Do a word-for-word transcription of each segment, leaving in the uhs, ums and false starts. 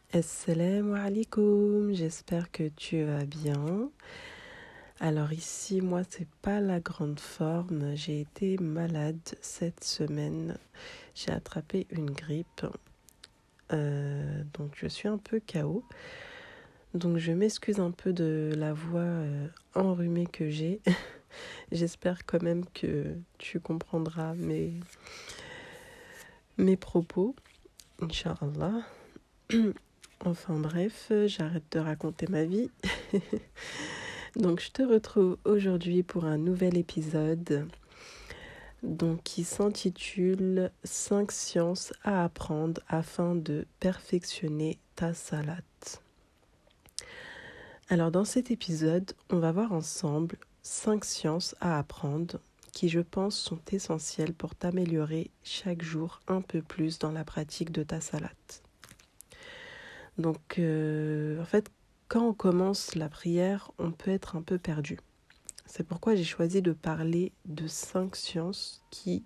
Assalamu alaikum, j'espère que tu vas bien. Alors ici, moi, c'est pas la grande forme. J'ai été malade cette semaine. J'ai attrapé une grippe. Euh, donc je suis un peu K O. Donc je m'excuse un peu de la voix euh, enrhumée que j'ai. J'espère quand même que tu comprendras mes, mes propos. Inch'Allah. Enfin bref, j'arrête de raconter ma vie. Donc je te retrouve aujourd'hui pour un nouvel épisode donc, qui s'intitule cinq sciences à apprendre afin de perfectionner ta salade. Alors dans cet épisode, on va voir ensemble cinq sciences à apprendre qui je pense sont essentielles pour t'améliorer chaque jour un peu plus dans la pratique de ta salade. Donc euh, en fait, quand on commence la prière, on peut être un peu perdu. C'est pourquoi j'ai choisi de parler de cinq sciences qui,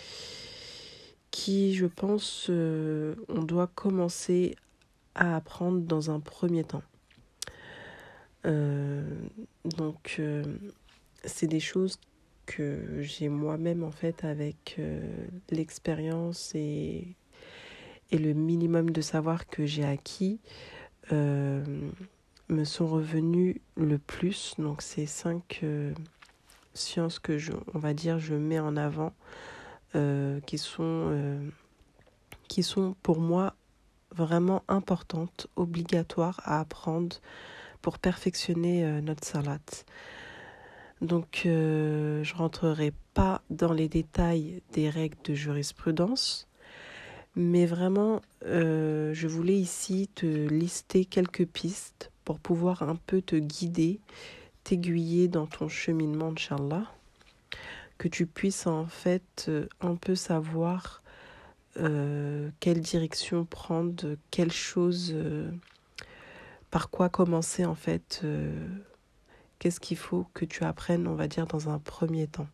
qui je pense, euh, on doit commencer à apprendre dans un premier temps. Euh, donc, euh, c'est des choses que j'ai moi-même, en fait, avec euh, l'expérience et, et le minimum de savoir que j'ai acquis, euh, me sont revenus le plus. Donc, ces cinq euh, sciences que, je, on va dire, je mets en avant, euh, qui sont, euh, qui sont pour moi vraiment importantes, obligatoires à apprendre pour perfectionner euh, notre salade. Donc, euh, je ne rentrerai pas dans les détails des règles de jurisprudence, mais vraiment, euh, je voulais ici te lister quelques pistes pour pouvoir un peu te guider, t'aiguiller dans ton cheminement, Inch'Allah, que tu puisses en fait euh, un peu savoir euh, quelle direction prendre, quelle chose, euh, par quoi commencer en fait, euh, qu'est-ce qu'il faut que tu apprennes, on va dire, dans un premier temps.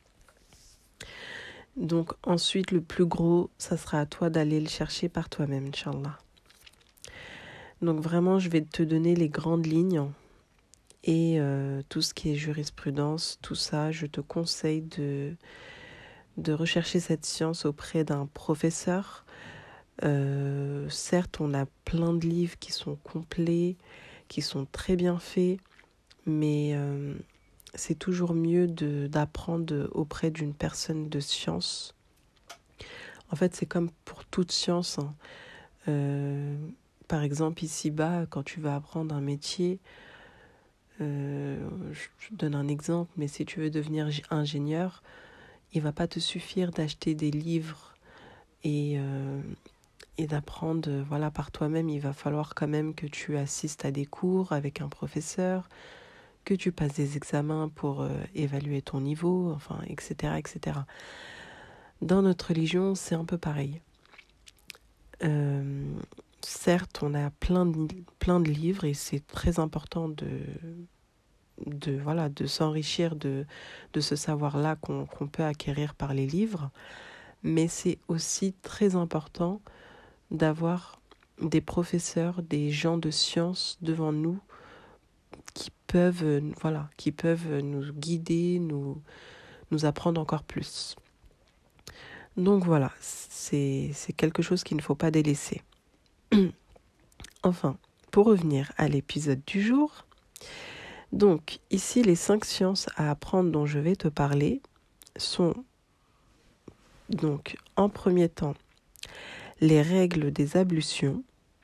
Donc ensuite, le plus gros, ça sera à toi d'aller le chercher par toi-même, Inch'Allah. Donc vraiment, je vais te donner les grandes lignes et euh, tout ce qui est jurisprudence, tout ça, je te conseille de, de rechercher cette science auprès d'un professeur. Euh, certes, on a plein de livres qui sont complets, qui sont très bien faits, mais euh, c'est toujours mieux de, d'apprendre auprès d'une personne de science. En fait, c'est comme pour toute science. Hein. Euh, par exemple, ici-bas, quand tu vas apprendre un métier, euh, je te donne un exemple, mais si tu veux devenir ingénieur, il ne va pas te suffire d'acheter des livres et, euh, et d'apprendre voilà, par toi-même. Il va falloir quand même que tu assistes à des cours avec un professeur, que tu passes des examens pour euh, évaluer ton niveau, enfin, et cetera, et cetera. Dans notre religion, c'est un peu pareil. Euh, certes, on a plein de, plein de livres et c'est très important de, de, voilà, de s'enrichir de, de ce savoir-là qu'on, qu'on peut acquérir par les livres, mais c'est aussi très important d'avoir des professeurs, des gens de science devant nous qui peuvent, voilà, qui peuvent nous guider, nous, nous apprendre encore plus. Donc voilà, c'est, c'est quelque chose qu'il ne faut pas délaisser. Enfin, pour revenir à l'épisode du jour, donc ici les cinq sciences à apprendre dont je vais te parler sont donc en premier temps les règles des ablutions,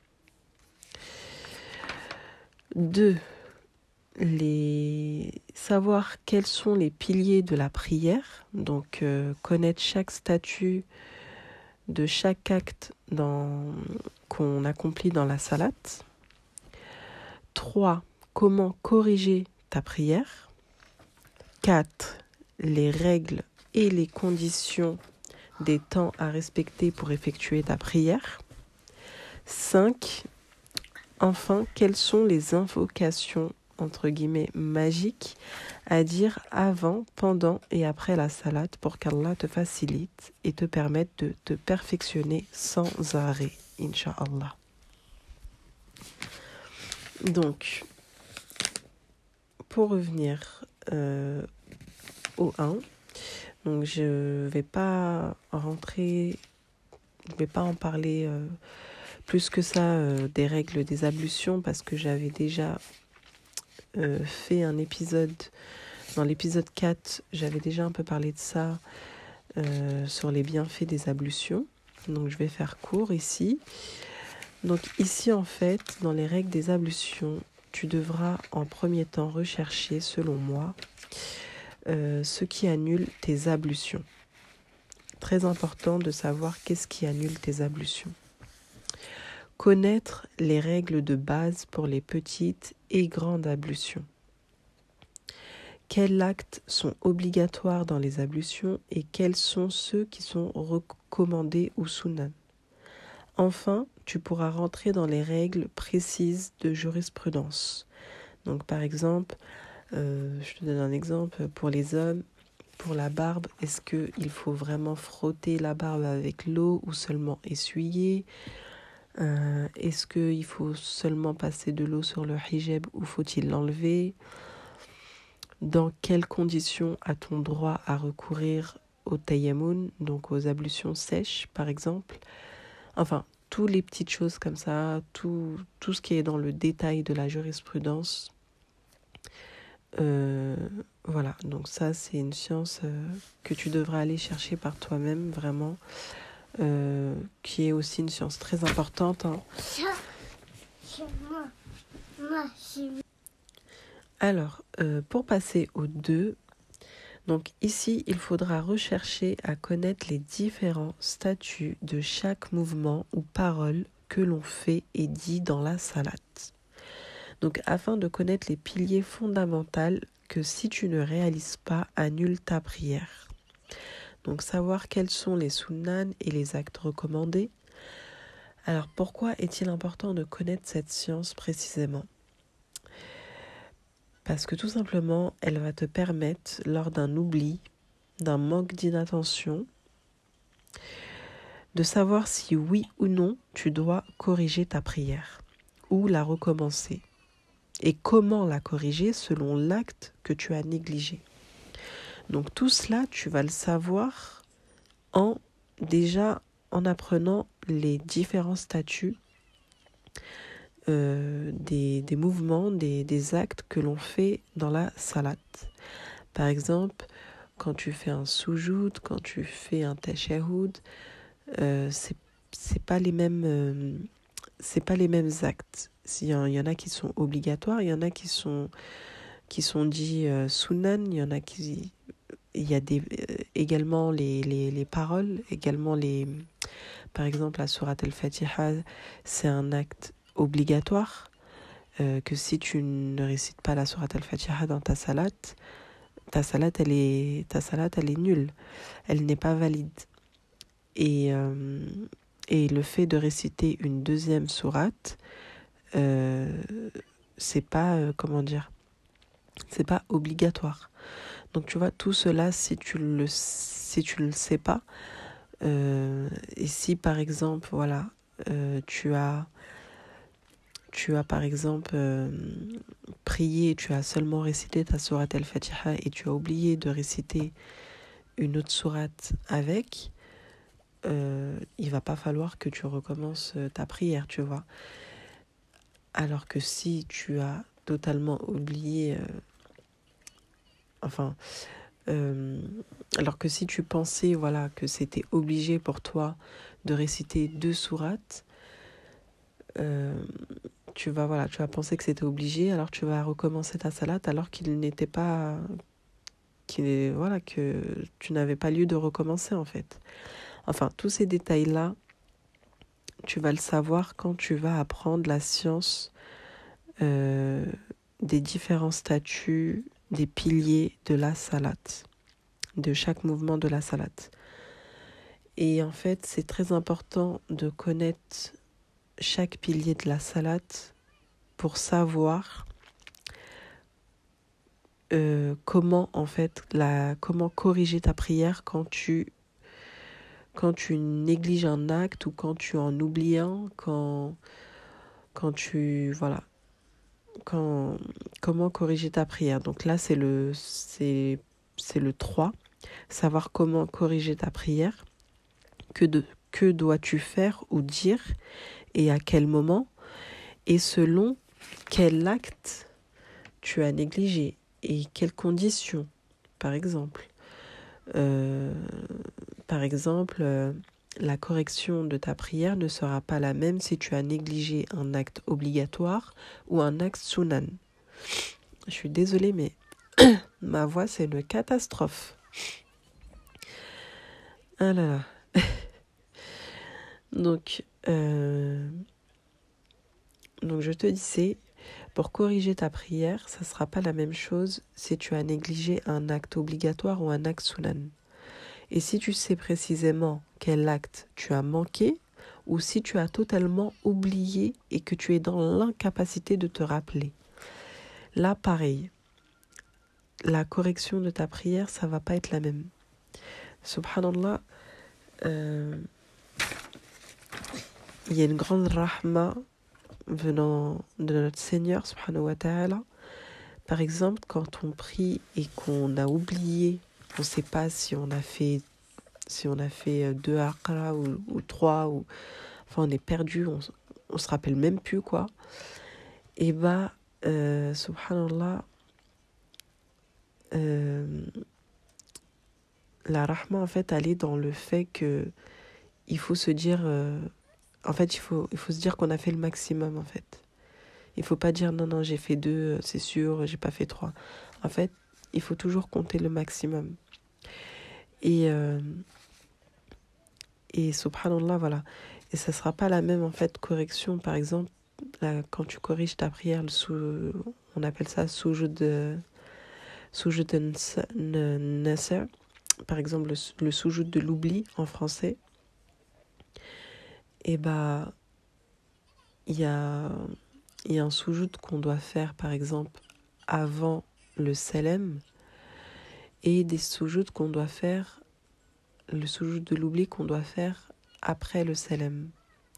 deux, les savoir quels sont les piliers de la prière, donc euh, connaître chaque statut de chaque acte dans, qu'on accomplit dans la salate. trois. Comment corriger ta prière. quatre. Les règles et les conditions des temps à respecter pour effectuer ta prière. cinq. Enfin, quelles sont les invocations entre guillemets magiques à dire avant, pendant et après la salade pour qu'Allah te facilite et te permette de te perfectionner sans arrêt, Inch'Allah. Donc, pour revenir euh, au un, donc je vais pas rentrer, je vais pas en parler euh, plus que ça euh, des règles des ablutions parce que j'avais déjà euh, fait un épisode, dans l'épisode quatre, j'avais déjà un peu parlé de ça euh, sur les bienfaits des ablutions. Donc je vais faire court ici. Donc ici en fait, dans les règles des ablutions, tu devras en premier temps rechercher, selon moi, euh, ce qui annule tes ablutions. Très important de savoir qu'est-ce qui annule tes ablutions. Connaître les règles de base pour les petites et grandes ablutions. Quels actes sont obligatoires dans les ablutions et quels sont ceux qui sont recommandés ou sunan. Enfin, tu pourras rentrer dans les règles précises de jurisprudence. Donc par exemple, euh, je te donne un exemple, pour les hommes, pour la barbe, est-ce qu'il faut vraiment frotter la barbe avec l'eau ou seulement essuyer ? euh, Est-ce qu'il faut seulement passer de l'eau sur le hijab ou faut-il l'enlever ? Dans quelles conditions a-t-on droit à recourir au tayammun, donc aux ablutions sèches par exemple ? Enfin, toutes les petites choses comme ça, tout, tout ce qui est dans le détail de la jurisprudence. Euh, voilà, donc ça c'est une science euh, que tu devras aller chercher par toi-même, vraiment, euh, qui est aussi une science très importante. Hein. Alors, euh, pour passer au deux, donc ici il faudra rechercher à connaître les différents statuts de chaque mouvement ou parole que l'on fait et dit dans la salate. Donc afin de connaître les piliers fondamentaux que si tu ne réalises pas, annule ta prière. Donc savoir quels sont les sunnan et les actes recommandés. Alors pourquoi est-il important de connaître cette science précisément ? Parce que tout simplement, elle va te permettre, lors d'un oubli, d'un manque d'inattention, de savoir si oui ou non tu dois corriger ta prière ou la recommencer. Et comment la corriger selon l'acte que tu as négligé. Donc tout cela, tu vas le savoir en déjà en apprenant les différents statuts euh, des, des mouvements, des, des actes que l'on fait dans la salate. Par exemple, quand tu fais un soujoud, quand tu fais un tashahhud, euh, c'est c'est pas les mêmes euh, c'est pas les mêmes actes. Il y, en, il y en a qui sont obligatoires, il y en a qui sont qui sont dits euh, sunan, il y en a qui il y a des euh, également les, les les paroles, également les par exemple la sourate al-Fatiha, c'est un acte obligatoire euh, que si tu ne récites pas la sourate al-Fatiha dans ta salate, ta salate elle est ta salate elle est nulle, elle n'est pas valide. Et euh, et le fait de réciter une deuxième sourate, euh, c'est pas euh, comment dire, c'est pas obligatoire. Donc tu vois, tout cela, si tu le si tu le sais pas, euh, et si par exemple, voilà, euh, tu as tu as par exemple euh, prié, tu as seulement récité ta sourate al-Fatiha et tu as oublié de réciter une autre sourate avec, euh, il va pas falloir que tu recommences ta prière, tu vois. Alors que si tu as totalement oublié, euh, enfin, euh, alors que si tu pensais, voilà, que c'était obligé pour toi de réciter deux sourates, euh, tu vas, voilà, tu vas penser que c'était obligé, alors tu vas recommencer ta salate alors qu'il n'était pas, qu'il, voilà, que tu n'avais pas lieu de recommencer en fait. Enfin, tous ces détails-là, tu vas le savoir quand tu vas apprendre la science euh, des différents statuts, des piliers de la salate, de chaque mouvement de la salate. Et en fait, c'est très important de connaître chaque pilier de la salate pour savoir euh, comment en fait la comment corriger ta prière quand tu quand tu négliges un acte ou quand tu en oublies un, quand quand tu voilà. quand, comment corriger ta prière. Donc là, c'est le, c'est, c'est le trois. Savoir comment corriger ta prière. Que, de, que dois-tu faire ou dire et à quel moment et selon quel acte tu as négligé et quelles conditions, par exemple. Euh, par exemple, euh, la correction de ta prière ne sera pas la même si tu as négligé un acte obligatoire ou un acte sunan. Je suis désolée, mais ma voix, c'est une catastrophe. Ah là là. Donc, euh, donc, je te disais, pour corriger ta prière, ça ne sera pas la même chose si tu as négligé un acte obligatoire ou un acte sunan. Et si tu sais précisément quel acte tu as manqué, ou si tu as totalement oublié et que tu es dans l'incapacité de te rappeler. Là, pareil, la correction de ta prière, ça ne va pas être la même. Subhanallah, euh, il y a une grande rahma venant de notre Seigneur, subhanahu wa ta'ala. Par exemple, quand on prie et qu'on a oublié, on ne sait pas si on a fait, si on a fait deux aqra ou, ou trois, ou, enfin on est perdu, on ne se rappelle même plus quoi. Et bah, euh, subhanallah, euh, la rahma en fait, elle est dans le fait que il faut se dire, euh, en fait, il faut, il faut se dire qu'on a fait le maximum en fait. Il faut pas dire non, non, j'ai fait deux, c'est sûr, j'ai pas fait trois. En fait, il faut toujours compter le maximum. Et, euh, et subhanallah, voilà. Et ça sera pas la même, en fait, correction. Par exemple, là, quand tu corriges ta prière, le sous, on appelle ça soujud de soujud de nasr. Par exemple, le, le soujud de l'oubli en français. Et bah, il y a, y a un soujud qu'on doit faire, par exemple, avant le salem, et des soujouds qu'on doit faire, le soujoud de l'oubli qu'on doit faire après le salem.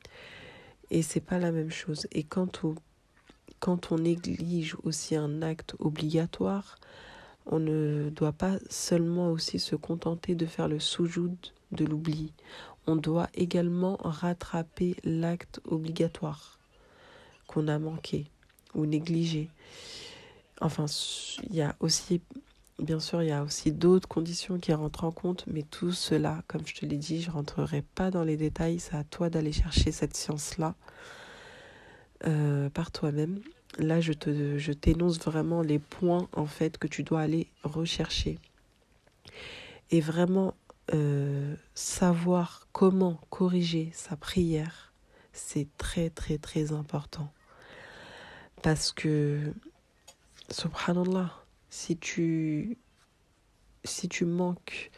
Et c'est pas la même chose. Et quand on, quand on néglige aussi un acte obligatoire, on ne doit pas seulement aussi se contenter de faire le soujoud de l'oubli. On doit également rattraper l'acte obligatoire qu'on a manqué ou négligé. Enfin, il y a aussi... Bien sûr, il y a aussi d'autres conditions qui rentrent en compte, mais tout cela, comme je te l'ai dit, je ne rentrerai pas dans les détails. C'est à toi d'aller chercher cette science-là euh, par toi-même. Là, je, te, je t'énonce vraiment les points, en fait, que tu dois aller rechercher. Et vraiment, euh, savoir comment corriger sa prière, c'est très, très, très important. Parce que, subhanallah, si tu, si tu manques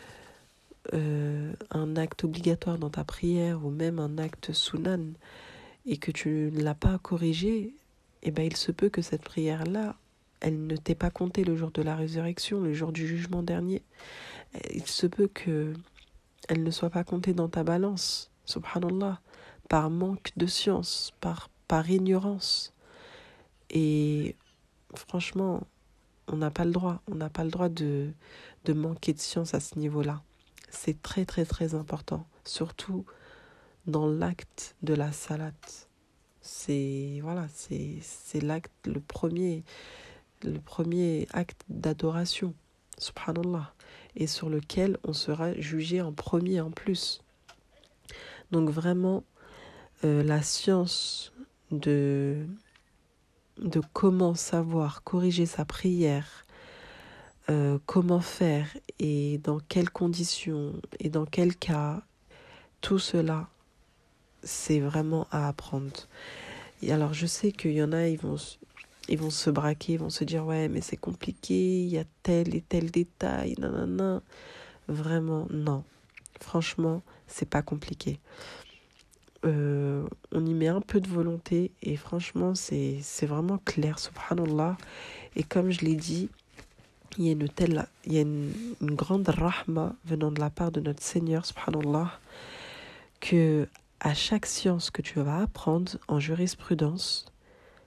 euh, un acte obligatoire dans ta prière ou même un acte sunan et que tu ne l'as pas corrigé, eh ben, il se peut que cette prière-là, elle ne t'ait pas compté le jour de la résurrection, le jour du jugement dernier. Il se peut que elle ne soit pas comptée dans ta balance, subhanallah, par manque de science, par, par ignorance. Et franchement, on n'a pas le droit, on n'a pas le droit de, de manquer de science à ce niveau-là. C'est très très très important, surtout dans l'acte de la salat. C'est voilà, c'est c'est l'acte le premier le premier acte d'adoration, subhanallah, et sur lequel on sera jugé en premier en plus. Donc vraiment euh, la science de de comment savoir corriger sa prière, euh, comment faire et dans quelles conditions et dans quel cas, tout cela, c'est vraiment à apprendre. Et alors, je sais qu'il y en a, ils vont, ils vont se braquer, ils vont se dire, ouais, mais c'est compliqué, il y a tel et tel détail, nanana. Vraiment, non. Franchement, c'est pas compliqué. Euh, on y met un peu de volonté et franchement, c'est, c'est vraiment clair, subhanallah. Et comme je l'ai dit, il y a une telle, il y a une, une grande rahma venant de la part de notre Seigneur, subhanallah, que à chaque science que tu vas apprendre en jurisprudence,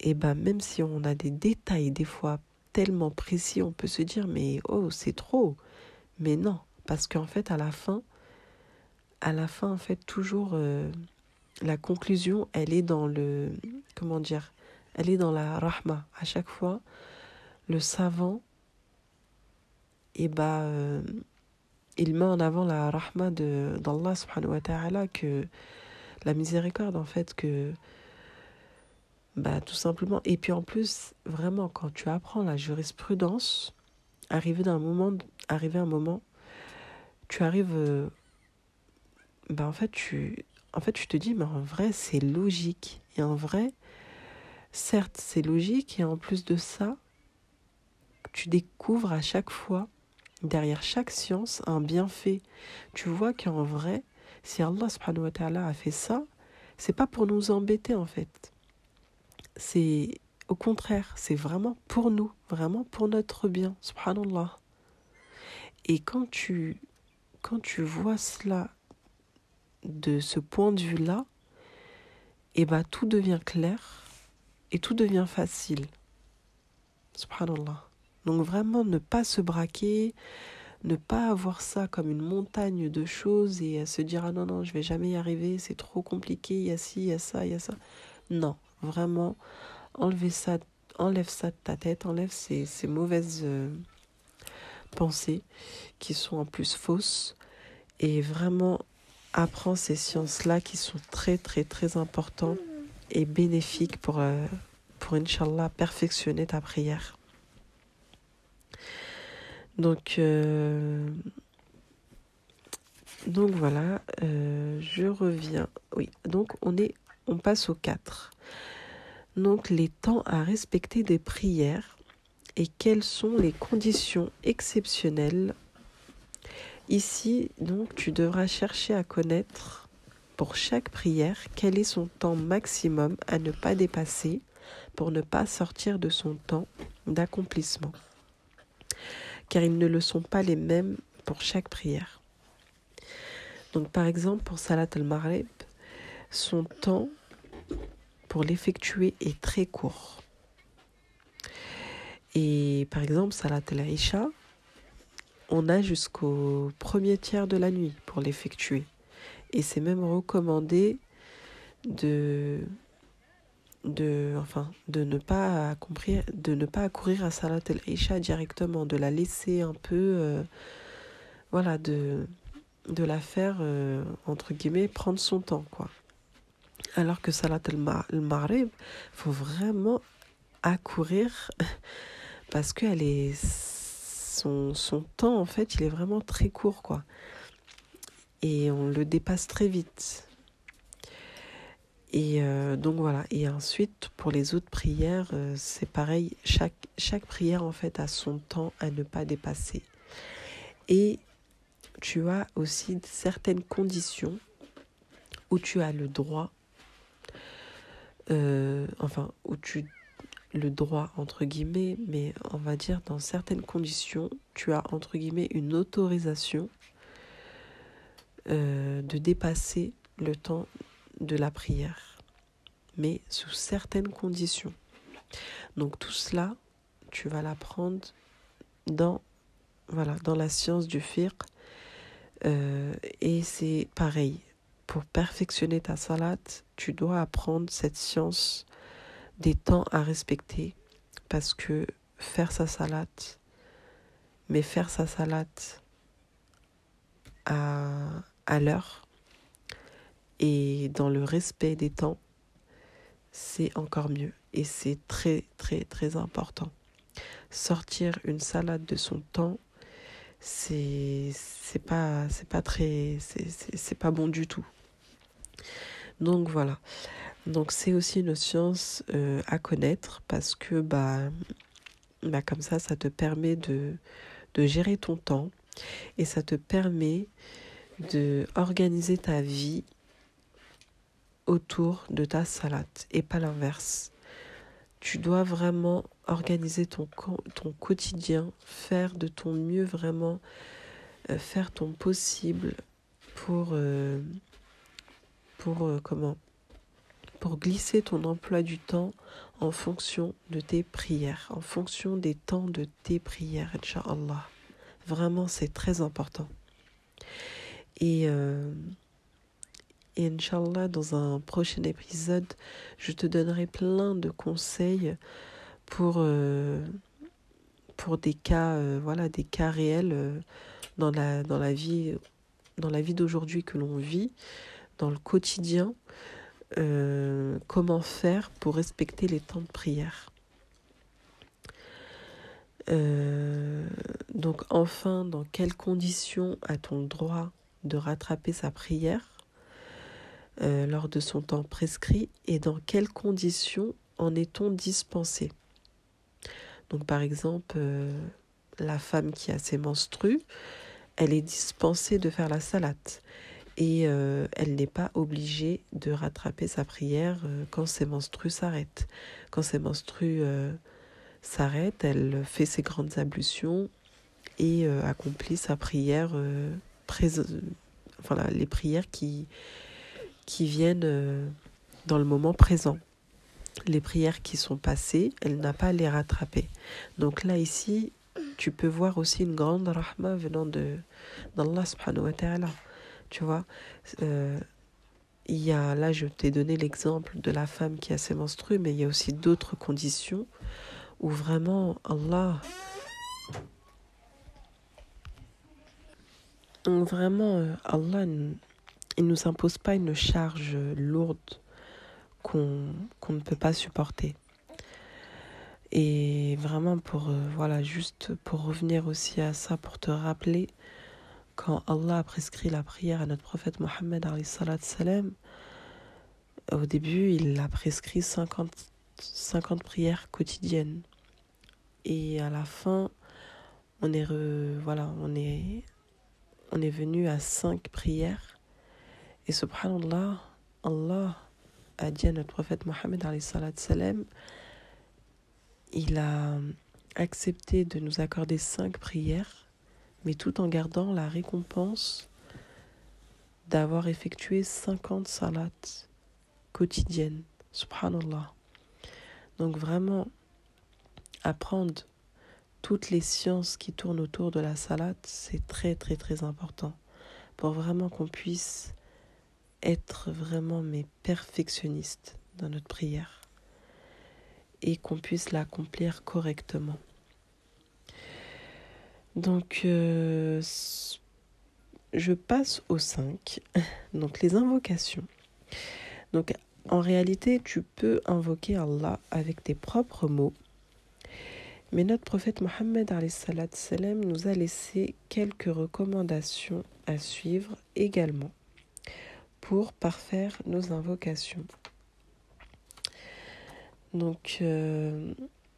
et ben même si on a des détails des fois tellement précis, on peut se dire mais oh c'est trop. Mais non, parce qu'en fait à la fin, à la fin en fait toujours euh, la conclusion elle est dans le, comment dire, elle est dans la rahma. À chaque fois, le savant, et ben euh, il met en avant la rahma de d'Allah subhanahu wa ta'ala, que la miséricorde en fait, que bah tout simplement. Et puis en plus, vraiment quand tu apprends la jurisprudence, arrivé d'un moment, arrivé un moment, tu arrives, euh, bah en fait tu, en fait tu te dis mais en vrai c'est logique. Et en vrai, certes c'est logique, et en plus de ça, tu découvres à chaque fois, derrière chaque science, un bienfait. Tu vois qu'en vrai, si Allah subhanahu wa ta'ala a fait ça, c'est pas pour nous embêter en fait. C'est au contraire, c'est vraiment pour nous, vraiment pour notre bien, subhanallah. Et quand tu, quand tu vois cela de ce point de vue-là, et ben tout devient clair et tout devient facile. Subhanallah. Donc vraiment ne pas se braquer, ne pas avoir ça comme une montagne de choses et se dire ah non non je vais jamais y arriver, c'est trop compliqué, il y a ci, il y a ça, il y a ça. Non, vraiment enlève ça, enlève ça de ta tête, enlève ces, ces mauvaises euh, pensées qui sont en plus fausses, et vraiment apprends ces sciences-là qui sont très très très importantes et bénéfiques pour, euh, pour Inch'Allah perfectionner ta prière. Donc, euh, donc voilà, euh, je reviens. Oui, donc on, est, on passe au quatre. Donc les temps à respecter des prières et quelles sont les conditions exceptionnelles. Ici, donc, tu devras chercher à connaître pour chaque prière quel est son temps maximum à ne pas dépasser pour ne pas sortir de son temps d'accomplissement. Car ils ne le sont pas les mêmes pour chaque prière. Donc par exemple, pour Salat al-Maghrib, son temps pour l'effectuer est très court. Et par exemple, Salat al-Isha, on a jusqu'au premier tiers de la nuit pour l'effectuer. Et c'est même recommandé de, de, enfin, de, ne pas accomplir, de ne pas accourir à Salat al-Isha directement, de la laisser un peu, euh, voilà, de, de la faire, euh, entre guillemets, prendre son temps, quoi. Alors que Salat al-Maghrib, il faut vraiment accourir parce que elle est, son, son temps, en fait, il est vraiment très court, quoi. Et on le dépasse très vite. Et euh, donc voilà. Et ensuite, pour les autres prières, euh, c'est pareil. Chaque, chaque prière, en fait, a son temps à ne pas dépasser. Et tu as aussi certaines conditions où tu as le droit, euh, enfin, où tu le droit entre guillemets, mais on va dire dans certaines conditions, tu as entre guillemets une autorisation euh, de dépasser le temps de la prière, mais sous certaines conditions. Donc tout cela, tu vas l'apprendre dans, voilà, dans la science du fiqh, euh, et c'est pareil. Pour perfectionner ta salat, tu dois apprendre cette science des temps à respecter, parce que faire sa salat, mais faire sa salat à, à l'heure et dans le respect des temps, c'est encore mieux et c'est très très très important. Sortir une salade de son temps, c'est c'est pas c'est pas très c'est, c'est, c'est pas bon du tout. Donc voilà. Donc c'est aussi une science euh, à connaître, parce que bah, bah comme ça ça te permet de de gérer ton temps et ça te permet de organiser ta vie autour de ta salade et pas l'inverse. Tu dois vraiment organiser ton, ton quotidien, faire de ton mieux, vraiment euh, faire ton possible pour, euh, pour euh, comment pour glisser ton emploi du temps en fonction de tes prières, en fonction des temps de tes prières, Inch'Allah. Vraiment, c'est très important. Et, euh, et Inch'Allah, dans un prochain épisode, je te donnerai plein de conseils pour, euh, pour des cas, euh, voilà, des cas réels euh, dans la, dans la vie, dans la vie d'aujourd'hui que l'on vit, dans le quotidien. Euh, comment faire pour respecter les temps de prière. Euh, donc enfin, dans quelles conditions a-t-on le droit de rattraper sa prière euh, lors de son temps prescrit et dans quelles conditions en est-on dispensé? Donc par exemple, euh, la femme qui a ses menstrues, elle est dispensée de faire la salate. Et euh, elle n'est pas obligée de rattraper sa prière euh, quand ses menstrues s'arrêtent. Quand ses menstrues euh, s'arrêtent, elle fait ses grandes ablutions et euh, accomplit sa prière, euh, prés- voilà, les prières qui, qui viennent euh, dans le moment présent. Les prières qui sont passées, elle n'a pas à les rattraper. Donc là, ici, tu peux voir aussi une grande rahma venant de, d'Allah subhanahu wa ta'ala. Tu vois, euh, il y a, là je t'ai donné l'exemple de la femme qui a ses menstrues, mais il y a aussi d'autres conditions où vraiment Allah, où vraiment euh, Allah, il nous impose pas une charge lourde qu'on, qu'on ne peut pas supporter. Et vraiment pour, euh, voilà, juste pour revenir aussi à ça, pour te rappeler, quand Allah a prescrit la prière à notre prophète Mohammed alayhi salatu salam, au début, il a prescrit cinquante, cinquante prières quotidiennes. Et à la fin, on est, re, voilà, on est, on est venu à cinq prières. Et subhanallah, Allah a dit à notre prophète Mohammed alayhi salatu salam, il a accepté de nous accorder cinq prières, mais tout en gardant la récompense d'avoir effectué cinquante salats quotidiennes. Subhanallah. Donc vraiment, apprendre toutes les sciences qui tournent autour de la salate, c'est très très très important pour vraiment qu'on puisse être vraiment mais perfectionniste dans notre prière et qu'on puisse l'accomplir correctement. Donc euh, je passe au cinq, donc les invocations. Donc en réalité, tu peux invoquer Allah avec tes propres mots. Mais notre prophète Mohammed alayhi salatu salam nous a laissé quelques recommandations à suivre également pour parfaire nos invocations. Donc, euh,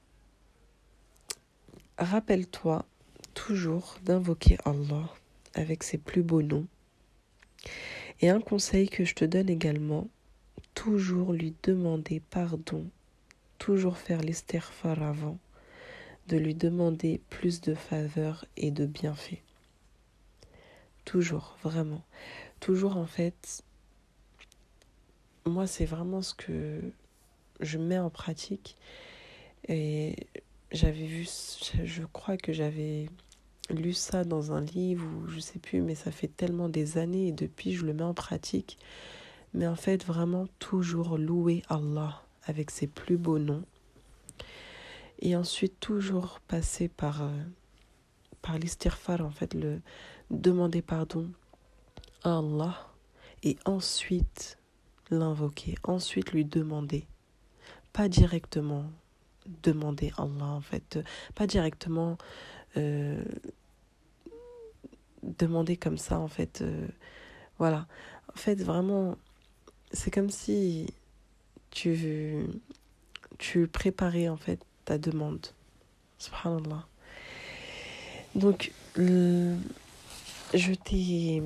rappelle-toi toujours d'invoquer Allah avec ses plus beaux noms. Et un conseil que je te donne également, toujours lui demander pardon, toujours faire l'istighfar avant de lui demander plus de faveurs et de bienfaits. Toujours, vraiment. Toujours, en fait, moi, c'est vraiment ce que je mets en pratique. Et j'avais vu, je crois que j'avais lu ça dans un livre ou je sais plus, mais ça fait tellement des années et depuis, je le mets en pratique. Mais en fait, vraiment, toujours louer Allah avec ses plus beaux noms. Et ensuite, toujours passer par, euh, par l'istighfar, en fait, le demander pardon à Allah et ensuite l'invoquer, ensuite lui demander. Pas directement demander Allah, en fait, pas directement euh, demander comme ça, en fait. Euh, voilà. En fait, vraiment, c'est comme si tu, tu préparais, en fait, ta demande. Subhanallah. Donc, le, je t'ai...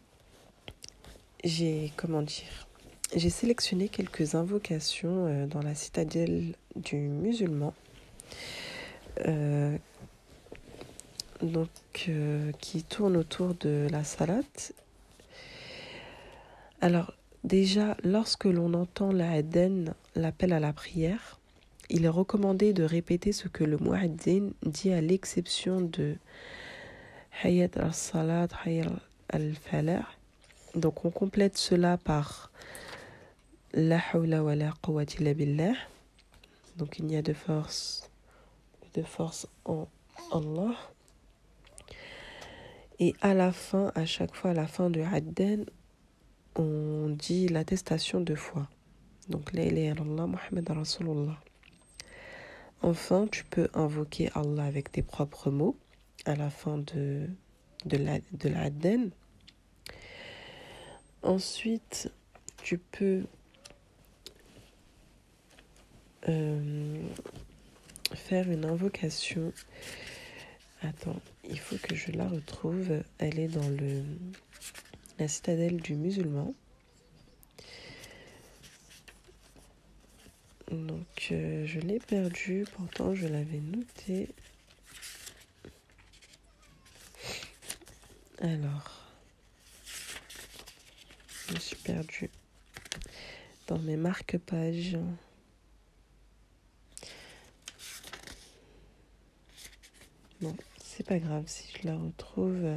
J'ai, comment dire, j'ai sélectionné quelques invocations euh, dans la citadelle du musulman, euh, donc euh, qui tournent autour de la salate. Alors, Déjà, lorsque l'on entend l'Adhan, l'appel à la prière, il est recommandé de répéter ce que le mu'adhin dit à l'exception de Hayat al-Salat, Hayat al-Falah. Donc on complète cela par La hawla wa la quwwata illa billah. Donc il n'y a de force, de force en Allah. Et à la fin, à chaque fois à la fin de Adhan, on dit l'attestation de foi. Donc la ilaha illallah Muhammad Rasulullah. Enfin, tu peux invoquer Allah avec tes propres mots à la fin de, de la de l'Adhan. Ensuite, tu peux euh, faire une invocation. Attends, il faut que je la retrouve. Elle est dans le la citadelle du musulman. Donc, euh, je l'ai perdue. Pourtant, je l'avais notée. Alors, je me suis perdue dans mes marque-pages. Bon, c'est pas grave si je la retrouve.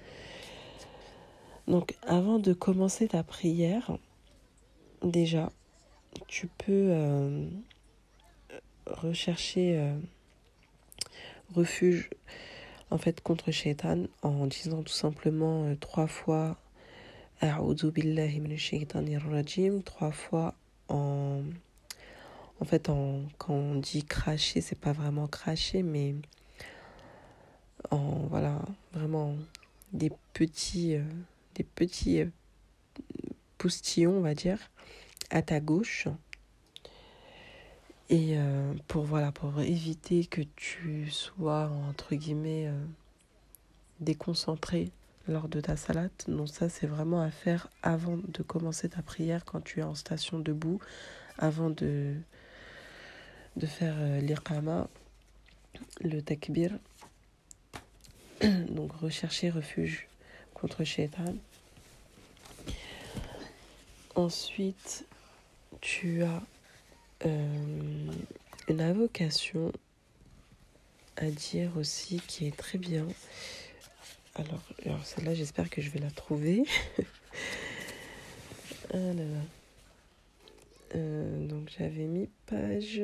Donc, avant de commencer ta prière, déjà, tu peux euh, rechercher euh, refuge en fait contre Shaitan en disant tout simplement euh, trois fois A'udhu billahi minash shaitanir rajim, trois fois en en fait en quand on dit cracher, c'est pas vraiment cracher mais en voilà, vraiment des petits euh, des petits euh, poustillons, on va dire, à ta gauche. Et euh, pour voilà pour éviter que tu sois entre guillemets euh, déconcentré lors de ta salat. Donc ça c'est vraiment à faire avant de commencer ta prière quand tu es en station debout, avant de de faire euh, l'iqama, le takbir. Donc rechercher refuge contre Shaitan. Ensuite, tu as euh, une invocation à dire aussi qui est très bien. Alors, alors celle-là, j'espère que je vais la trouver. Ah là là. Euh, donc j'avais mis page.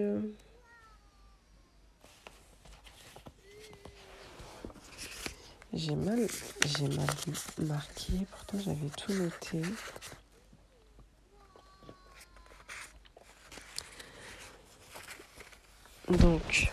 J'ai mal, j'ai mal marqué. Pourtant j'avais tout noté. Donc,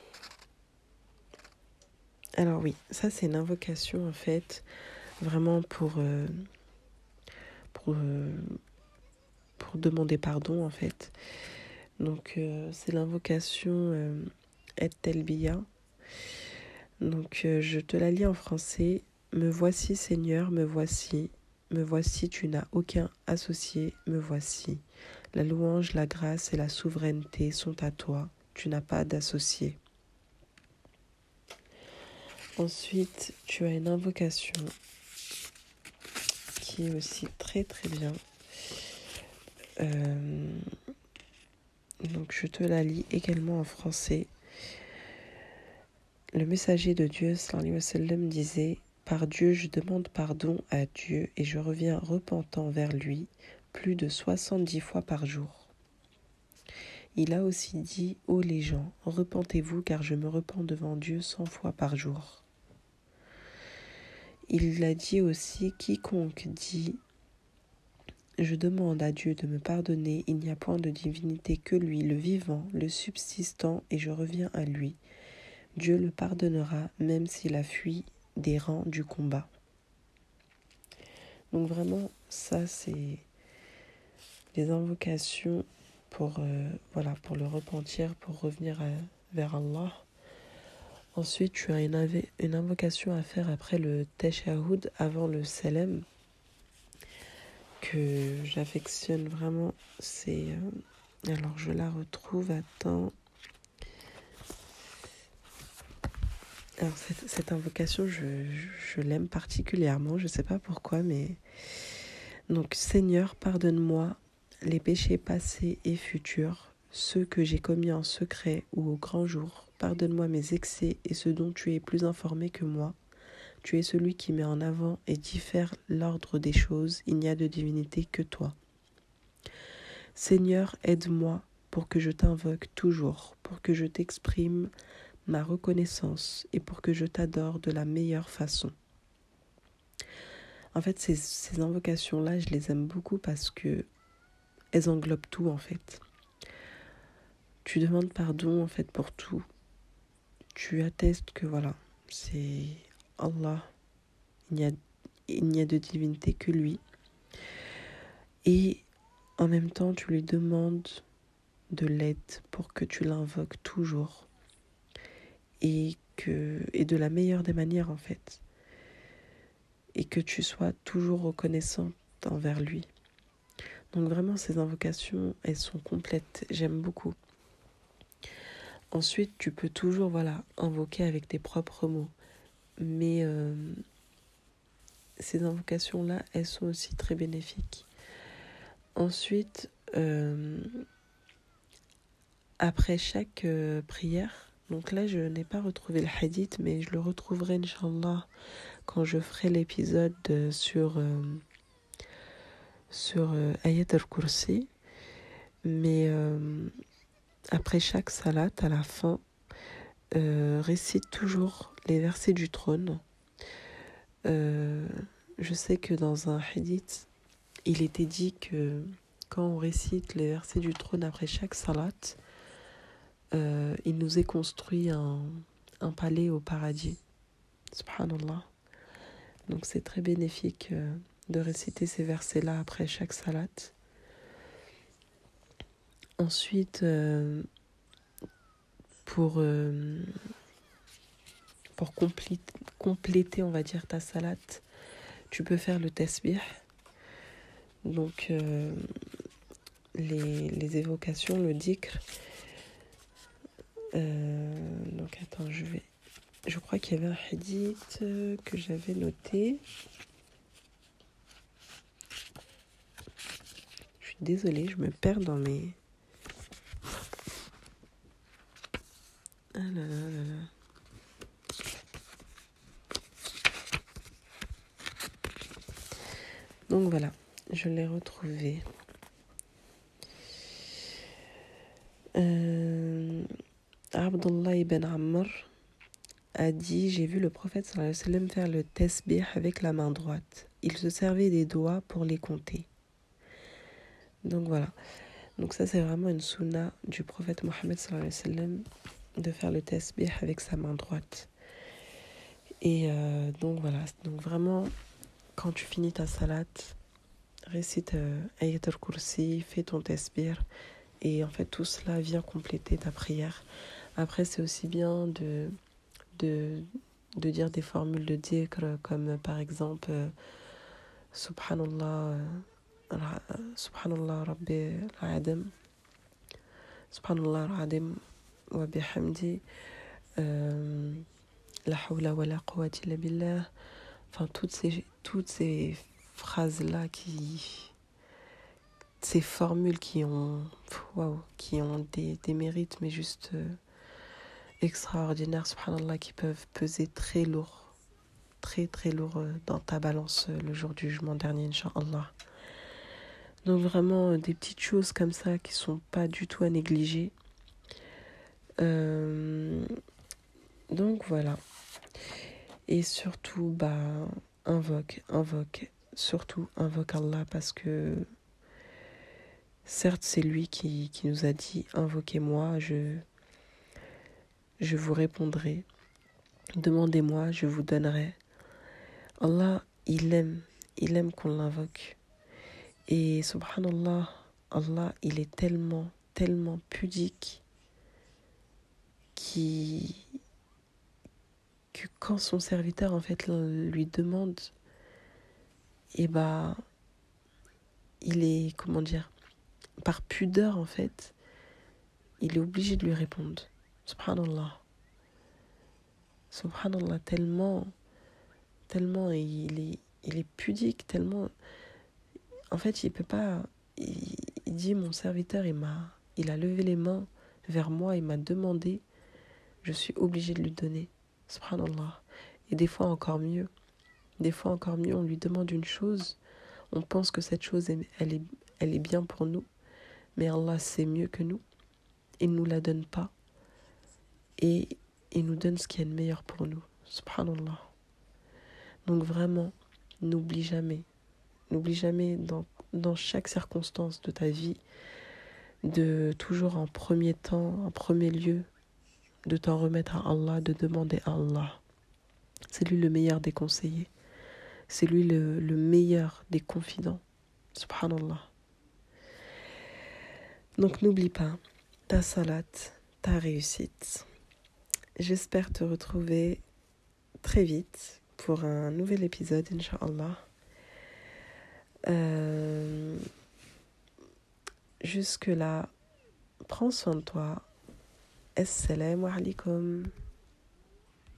alors oui, ça c'est une invocation en fait, vraiment pour euh, pour euh, pour demander pardon en fait. Donc euh, c'est l'invocation euh, Et Telbiya. Donc euh, je te la lis en français. Me voici Seigneur, me voici, me voici, tu n'as aucun associé, me voici. La louange, la grâce et la souveraineté sont à toi, tu n'as pas d'associé. Ensuite, tu as une invocation qui est aussi très très bien. Euh, donc je te la lis également en français. Le messager de Dieu, sallallahu alayhi wa sallam, disait « Par Dieu, je demande pardon à Dieu et je reviens repentant vers lui plus de soixante-dix fois par jour. » Il a aussi dit « Ô les gens, repentez-vous car je me repens devant Dieu cent fois par jour. » Il a dit aussi « Quiconque dit « Je demande à Dieu de me pardonner, il n'y a point de divinité que lui, le vivant, le subsistant, et je reviens à lui. » Dieu le pardonnera même s'il a fui des rangs du combat. Donc vraiment, ça c'est des invocations pour, euh, voilà, pour le repentir, pour revenir à, vers Allah. Ensuite, tu as une, inv- une invocation à faire après le Tashahhud, avant le Salam, que j'affectionne vraiment. C'est, euh, alors je la retrouve, attends. Alors cette, cette invocation, je, je, je l'aime particulièrement, je ne sais pas pourquoi, mais Donc Seigneur, pardonne-moi les péchés passés et futurs, ceux que j'ai commis en secret ou au grand jour. Pardonne-moi mes excès et ce dont tu es plus informé que moi. Tu es celui qui met en avant et diffère l'ordre des choses. Il n'y a de divinité que toi. Seigneur, aide-moi pour que je t'invoque toujours, pour que je t'exprime ma reconnaissance et pour que je t'adore de la meilleure façon. En fait, ces, ces invocations-là, je les aime beaucoup parce que elles englobent tout, en fait. Tu demandes pardon, en fait, pour tout. Tu attestes que, voilà, c'est Allah. Il n'y a, il n'y a de divinité que lui. Et en même temps, tu lui demandes de l'aide pour que tu l'invoques toujours. Et, que, et de la meilleure des manières, en fait. Et que tu sois toujours reconnaissante envers lui. Donc vraiment, ces invocations, elles sont complètes. J'aime beaucoup. Ensuite, tu peux toujours, voilà, invoquer avec tes propres mots. Mais euh, ces invocations-là, elles sont aussi très bénéfiques. Ensuite, euh, après chaque euh, prière, donc là, je n'ai pas retrouvé le hadith, mais je le retrouverai, Inch'Allah, quand je ferai l'épisode sur, euh, sur euh, Ayat al-Kursi. Mais euh, après chaque salat, à la fin, euh, récite toujours les versets du trône. Euh, je sais que dans un hadith, il était dit que quand on récite les versets du trône après chaque salat, euh, il nous est construit un, un palais au paradis. Subhanallah. Donc c'est très bénéfique euh, de réciter ces versets-là après chaque salat. Ensuite, euh, pour, euh, pour compléter, compléter, on va dire, ta salat, tu peux faire le tasbih. Donc, euh, les, les évocations, le dhikr. Euh, donc, attends, je vais... Je crois qu'il y avait un hadith que j'avais noté. Je suis désolée, je me perds dans mes... Ah là là là là. Donc voilà, je l'ai retrouvé. Euh, Abdullah ibn Ammar a dit, j'ai vu le prophète sallallahu alayhi wa sallam faire le tasbih avec la main droite. Il se servait des doigts pour les compter. Donc voilà. Donc ça, c'est vraiment une sunna du prophète Mohammed sallallahu alayhi wa sallam de faire le tasbih avec sa main droite. Et euh, donc voilà. Donc vraiment, quand tu finis ta salat, récite euh, Ayat al-Kursi, fais ton tasbih. Et en fait, tout cela vient compléter ta prière. Après, c'est aussi bien de... de de dire des formules de dhikr comme euh, par exemple euh, Subhanallah euh, Subhanallah Rabbi al-Adam Subhanallah al-Adim wa bihamdi euh, La hawla wa la quwwata illa billah. Enfin, toutes ces, toutes ces phrases-là, qui, ces formules qui ont, waouh, qui ont des, des mérites, mais juste euh, extraordinaires, subhanallah, qui peuvent peser très lourd, très très lourd euh, dans ta balance euh, le jour du jugement dernier, incha'Allah. Donc vraiment, euh, des petites choses comme ça qui sont pas du tout à négliger. Euh, donc voilà. Et surtout, bah, invoque, invoque, surtout invoque Allah, parce que certes, c'est lui qui, qui nous a dit invoquez-moi, je, je vous répondrai. Demandez-moi, je vous donnerai. Allah, il aime, il aime qu'on l'invoque. Et subhanallah, Allah, il est tellement, tellement pudique qui, que quand son serviteur, en fait, lui demande, et bah, il est, comment dire, par pudeur, en fait, il est obligé de lui répondre. Subhanallah. Subhanallah, tellement, tellement il est, il est pudique, tellement... en fait, il peut pas... Il, il dit, mon serviteur, il m'a, il a levé les mains vers moi, il m'a demandé, je suis obligée de lui donner. Subhanallah. Et des fois encore mieux. Des fois encore mieux, on lui demande une chose, on pense que cette chose, elle est, elle est bien pour nous, mais Allah sait mieux que nous. Il ne nous la donne pas. Et il nous donne ce qui est le meilleur pour nous. Subhanallah. Donc vraiment, n'oublie jamais. N'oublie jamais dans, dans chaque circonstance de ta vie, de toujours en premier temps, en premier lieu, de t'en remettre à Allah, de demander à Allah. C'est lui le meilleur des conseillers. C'est lui le, le meilleur des confidents. Subhanallah. Donc n'oublie pas ta salat, ta réussite. J'espère te retrouver très vite pour un nouvel épisode, Inch'Allah. Euh, jusque-là, prends soin de toi. Assalamu alaikum.